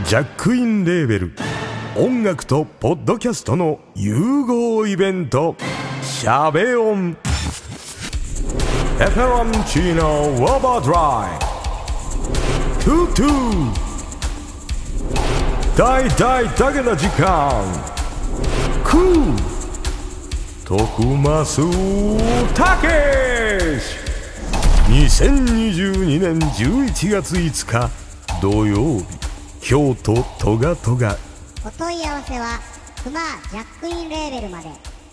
ジャックインレーベル音楽とポッドキャストの融合イベント、シャベオンペペロンチーノウォーバードライトゥトゥ大大だけな時間クー徳増たけし2022年11月5日土曜日、京都トガトガ。 お問い合わせはクマジャックインレーベルまで。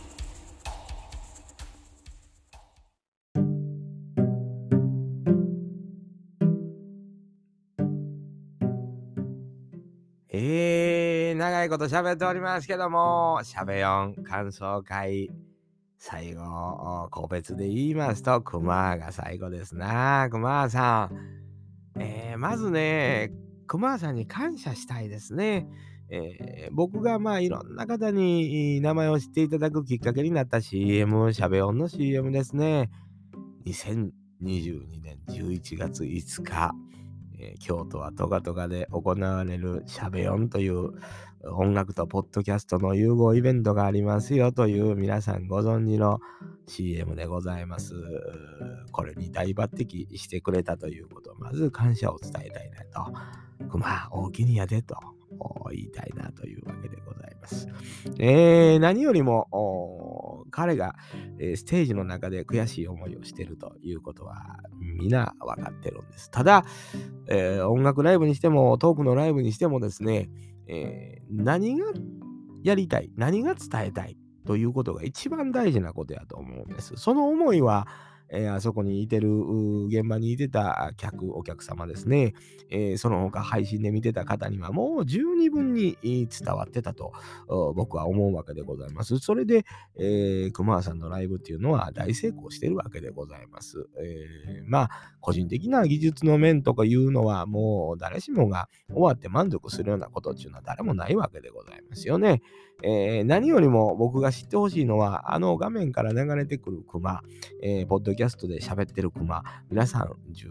長いこと喋っておりますけども、しゃべよん感想会最後個別で言いますとクマが最後ですな。クマさん、まずねクマさんに感謝したいですね。僕がいろんな方に名前を知っていただくきっかけになった CM、 しゃべ音の CM ですね。2022年11月5日、京都はトガトガで行われるしゃべ音という音楽とポッドキャストの融合イベントがありますよという皆さんご存知の CM でございます。これに大抜擢してくれたということをまず感謝を伝えたいなと。大きにやでと言いたいなというわけでございます。何よりも彼がステージの中で悔しい思いをしているということは皆分かってるんです。ただ、音楽ライブにしてもトークのライブにしてもですね、何がやりたい、何が伝えたいということが一番大事なことやと思うんです。その思いは、あそこにいてる現場にいてたお客様ですね、その他配信で見てた方にはもう十二分に伝わってたと僕は思うわけでございます。それで、熊さんのライブっていうのは大成功してるわけでございます。個人的な技術の面とかいうのはもう誰しもが終わって満足するようなことっていうのは誰もないわけでございますよね。何よりも僕が知ってほしいのはあの画面から流れてくる熊、ポッドキャストで喋ってる熊、皆さん重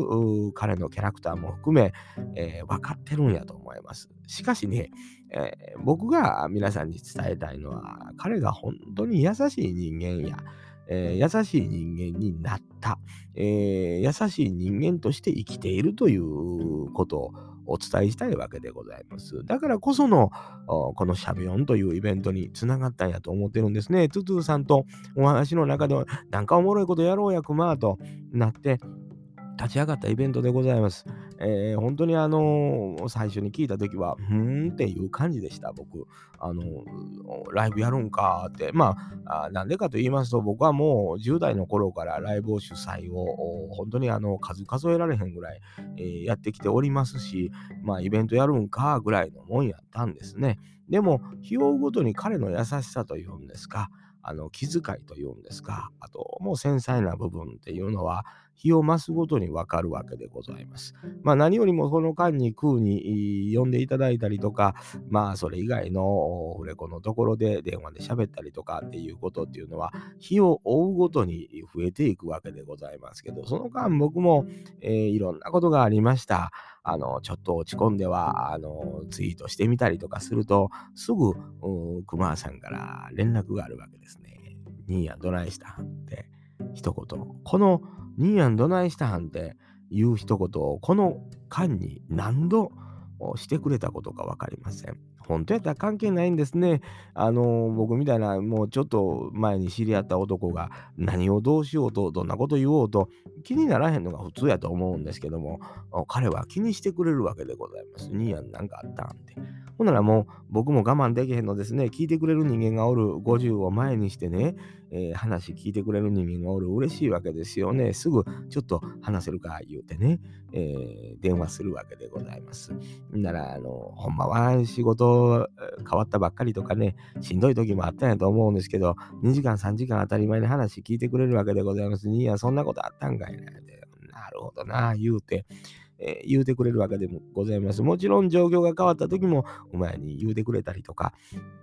々彼のキャラクターも含め、分かってるんやと思います。しかしね、僕が皆さんに伝えたいのは彼が本当に優しい人間や、優しい人間になった、優しい人間として生きているということをお伝えしたいわけでございます。だからこそのこのしゃべ音というイベントにつながったんやと思ってるんですね。トゥトゥさんとお話の中でなんかおもろいことやろうやくまとなって立ち上がったイベントでございます。本当に最初に聞いた時はっていう感じでした。僕ライブやるんかって。なんでかと言いますと、僕はもう10代の頃からライブを主催を本当に数数えられへんぐらい、やってきておりますし、イベントやるんかぐらいのもんやったんですね。でも日を追うごとに彼の優しさというんですか、気遣いというんですか、あともう繊細な部分っていうのは日を増すごとにわかるわけでございます。何よりもこの間に空に呼んでいただいたりとか、それ以外のフレコのところで電話で喋ったりとかっていうことっていうのは日を追うごとに増えていくわけでございますけど、その間僕も、いろんなことがありました。ちょっと落ち込んではツイートしてみたりとかするとすぐ熊さんから連絡があるわけですね。ニーヤンどないしたんって一言。このニーヤンどないしたんっていう一言をこの間に何度してくれたことか分かりません。本当やったら関係ないんですね。僕みたいなもうちょっと前に知り合った男が何をどうしようとどんなこと言おうと気にならへんのが普通やと思うんですけども、彼は気にしてくれるわけでございます。ニーヤンなんかあったんって。ほんならもう僕も我慢できへんのですね。聞いてくれる人間がおる50を前にしてね、話聞いてくれる人間がおる嬉しいわけですよね。すぐちょっと話せるか言うてね、電話するわけでございます。ならほんまは仕事変わったばっかりとかね、しんどい時もあったんやと思うんですけど、2時間3時間当たり前に話聞いてくれるわけでございます。いやそんなことあったんかいな。なるほどな言うて。言うてくれるわけでもございます。もちろん状況が変わった時もお前に言うてくれたりとか、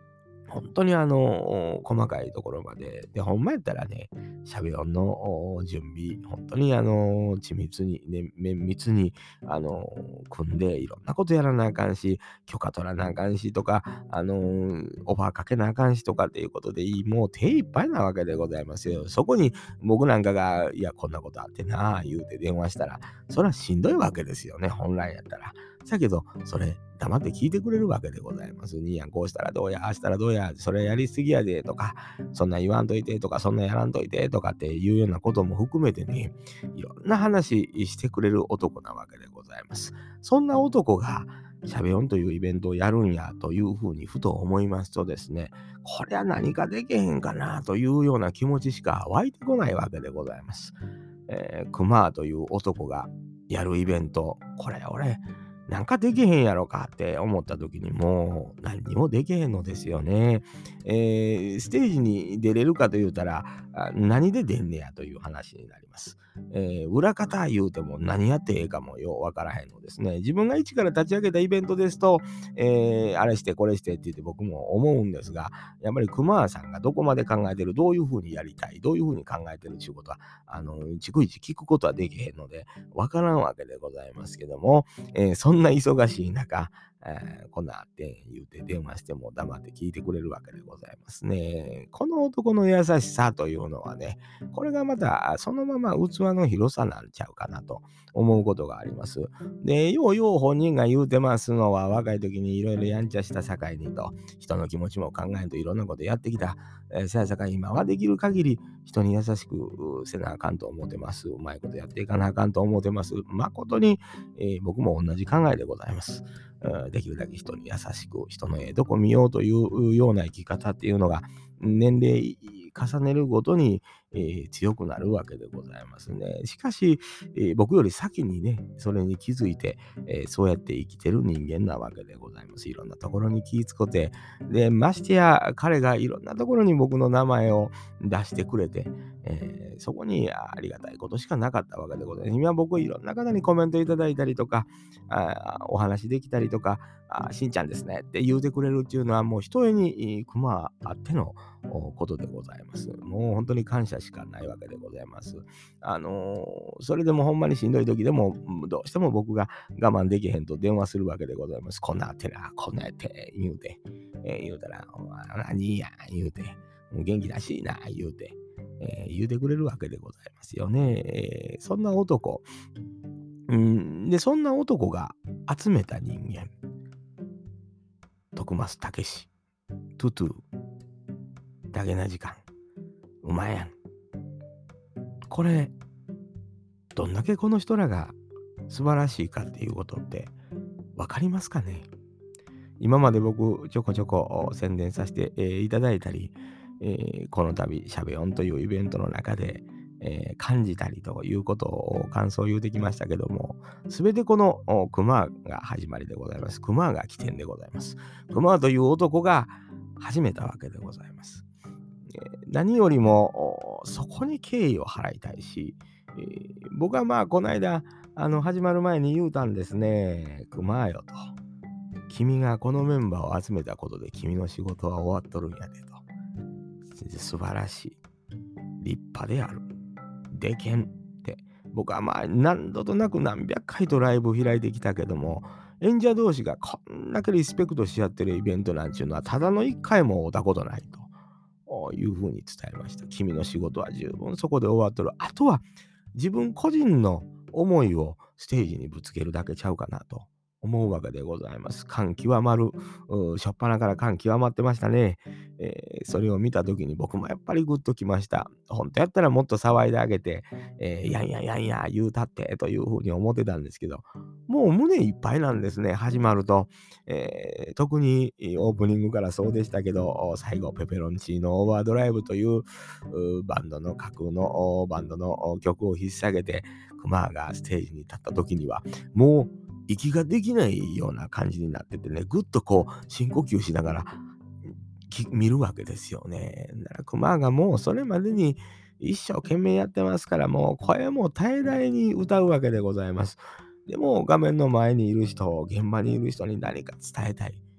本当に細かいところまで。で、ほんまやったらね、しゃべ音の準備、本当に緻密に、ね、綿密に、組んで、いろんなことやらなあかんし、許可取らなあかんしとか、オファーかけなあかんしとかっていうことで、もう手いっぱいなわけでございますよ。そこに僕なんかが、いや、こんなことあってなあ、言うて電話したら、それはしんどいわけですよね、本来やったら。だけど、それ、黙って聞いてくれるわけでございます。にやん、こうしたらどうや、ああしたらどうや、それやりすぎやでとか、そんなん言わんといてとか、そんなんやらんといてとかっていうようなことも含めてね、いろんな話してくれる男なわけでございます。そんな男が、しゃべ音というイベントをやるんやというふうにふと思いますとですね、これは何かできへんかなというような気持ちしか湧いてこないわけでございます。熊という男がやるイベント、これ俺、なんかできへんやろかって思った時にもう何にもできへんのですよね。ステージに出れるかと言うたら、何で出んねやという話になります。裏方言うても何やってええかもようわからへんのですね。自分が一から立ち上げたイベントですと、あれしてこれしてって言って僕も思うんですが、やっぱり熊さんがどこまで考えてる、どういうふうにやりたい、どういうふうに考えてるっていうことは、逐一聞くことはできへんので、わからんわけでございますけども、そんな忙しい中、こんなんあって言うて電話しても黙って聞いてくれるわけでございますね。この男の優しさというのはね、これがまたそのまま器の広さなんちゃうかなと思うことがあります。で、ようよう本人が言うてますのは、若い時にいろいろやんちゃした境にと、人の気持ちも考えんといろんなことやってきた、せやさかい今はできる限り人に優しくせなあかんと思ってます。うまいことやっていかなあかんと思ってます。誠に、僕も同じ考えでございます。できるだけ人に優しく、人のどこ見ようというような生き方っていうのが、年齢重ねるごとに、強くなるわけでございますね。しかし、僕より先にね、それに気づいて、そうやって生きてる人間なわけでございます。いろんなところに気ぃつこて、で、ましてや彼がいろんなところに僕の名前を出してくれて、そこにありがたいことしかなかったわけでございます。今僕いろんな方にコメントいただいたりとか、お話できたりとか、しんちゃんですねって言うてくれるっていうのはもうひとえに熊あってのことでございます。もう本当に感謝しかないわけでございます。それでもほんまにしんどい時でもどうしても僕が我慢できへんと電話するわけでございます。こんなあってな、こんなやって言うて、言うたら、何や言うて、元気らしいな言うて、言うてくれるわけでございますよね。そんな男、で、そんな男が集めた人間、徳増たけし、トゥトゥ、ダゲな時間、うまやん。これ、どんだけこの人らが素晴らしいかっていうことってわかりますかね？今まで僕ちょこちょこ宣伝させて、いただいたり、この度しゃべ音というイベントの中で、感じたりということを感想を言うてきましたけども、すべてこの熊が始まりでございます。熊が起点でございます。熊という男が始めたわけでございます。何よりもそこに敬意を払いたいし、僕はまあこの間始まる前に言うたんですね。熊よと。君がこのメンバーを集めたことで君の仕事は終わっとるんやでと。素晴らしい。立派である。でけんって。僕はまあ何度となく何百回とライブ開いてきたけども、演者同士がこんだけリスペクトし合ってるイベントなんちゅうのはただの一回も会ったことないというふうに伝えました。君の仕事は十分そこで終わっとる。あとは自分個人の思いをステージにぶつけるだけちゃうかなと思うわけでございます。感極まる。しょっぱなから感極まってましたね。それを見た時に僕もやっぱりグッときました。本当やったらもっと騒いであげて、やんややんや言うたってというふうに思ってたんですけど、もう胸いっぱいなんですね、始まると。特にオープニングからそうでしたけど、最後ペペロンチーノオーバードライブというバンドの架空のバンドの曲を引っ提げて、熊がステージに立った時には、もう息ができないような感じになっててね、ぐっとこう深呼吸しながら見るわけですよね。だから熊がもうそれまでに一生懸命やってますから、もう声も絶え絶えに歌うわけでございます。でも画面の前にいる人、現場にいる人に何か伝えたい。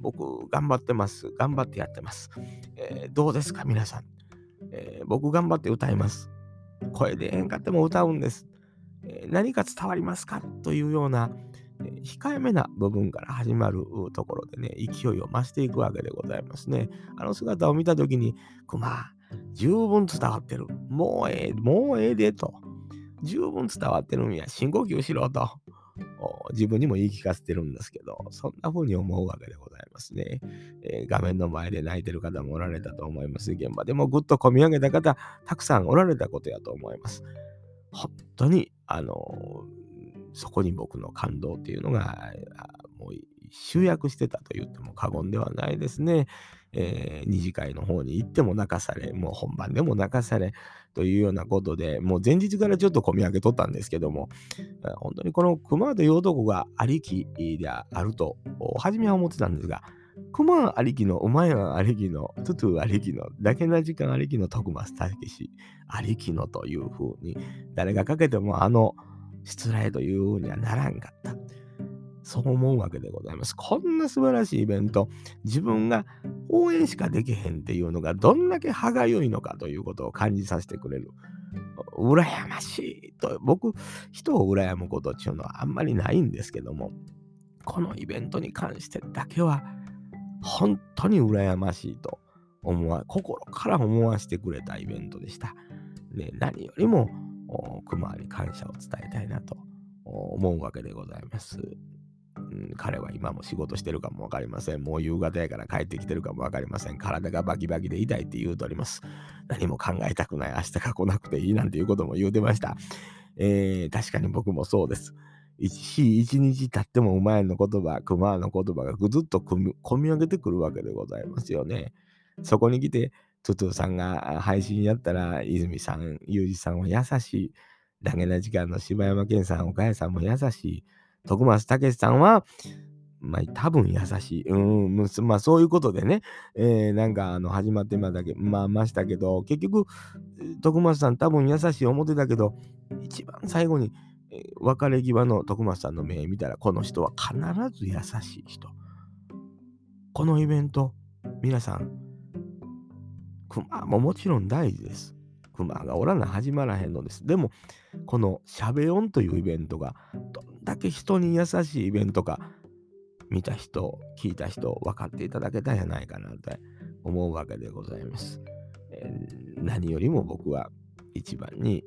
僕頑張ってます。頑張ってやってます。どうですか皆さん、僕頑張って歌います。声でええんかっても歌うんです。何か伝わりますかというような、控えめな部分から始まるところでね、勢いを増していくわけでございますね。あの姿を見たときに、十分伝わってる。もうええでと。十分伝わってるんや。深呼吸しろと。自分にも言い聞かせてるんですけど、そんな風に思うわけでございますね。画面の前で泣いてる方もおられたと思います。現場でもぐっと込み上げた方、たくさんおられたことやと思います。本当に、そこに僕の感動っていうのが、もう集約してたと言っても過言ではないですね。二次会の方に行っても泣かされ、もう本番でも泣かされというようなことで、もう前日からちょっと込み上げとったんですけども、本当にこの熊という男がありきであると、初めは思ってたんですが、熊ありきの、馬やんありきの、トゥトゥありきの、だけな時間ありきの徳松武史ありきのというふうに、誰がかけても失礼というふうにはならんかった。そう思うわけでございます。こんな素晴らしいイベント、自分が応援しかできへんっていうのがどんだけ歯がゆいのかということを感じさせてくれる。羨ましいと、僕、人を羨むことっていうのはあんまりないんですけども、このイベントに関してだけは、本当に羨ましいと心から思わせてくれたイベントでした。ね、何よりも、熊に感謝を伝えたいなと思うわけでございます。彼は今も仕事してるかもわかりません。もう夕方やから帰ってきてるかもわかりません。体がバキバキで痛いって言うとります。何も考えたくない。明日が来なくていいなんていうことも言うてました。確かに僕もそうです。一日経っても馬の言葉、熊の言葉がぐずっと込み上げてくるわけでございますよね。そこに来て、トゥトゥさんが配信やったら、泉さん、ユージさんは優しい。ダゲな時間の柴山健さん、岡谷さんも優しい。徳松武さんは、多分優しい。そういうことでね、始まってましたけど、結局、徳松さん多分優しい思ってたけど、一番最後に、別れ際の徳松さんの目見たら、この人は必ず優しい人。このイベント、皆さん、熊ももちろん大事です。熊がおらな始まらへんのです。でも、このしゃべ音というイベントが、どんだけ人に優しいイベントか、見た人、聞いた人、分かっていただけたんじゃないかなと思うわけでございます。何よりも僕は一番に、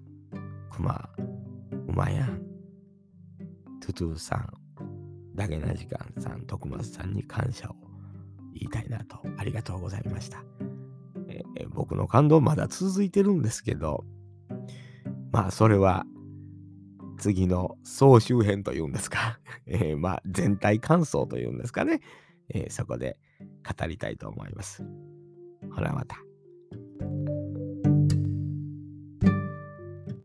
馬やん、トゥトゥさん、ダゲな時間さん、徳松さんに感謝を言いたいなと、ありがとうございました。僕の感動まだ続いてるんですけど、それは次の総集編というんですか、全体感想というんですかね、そこで語りたいと思います。ほらまた。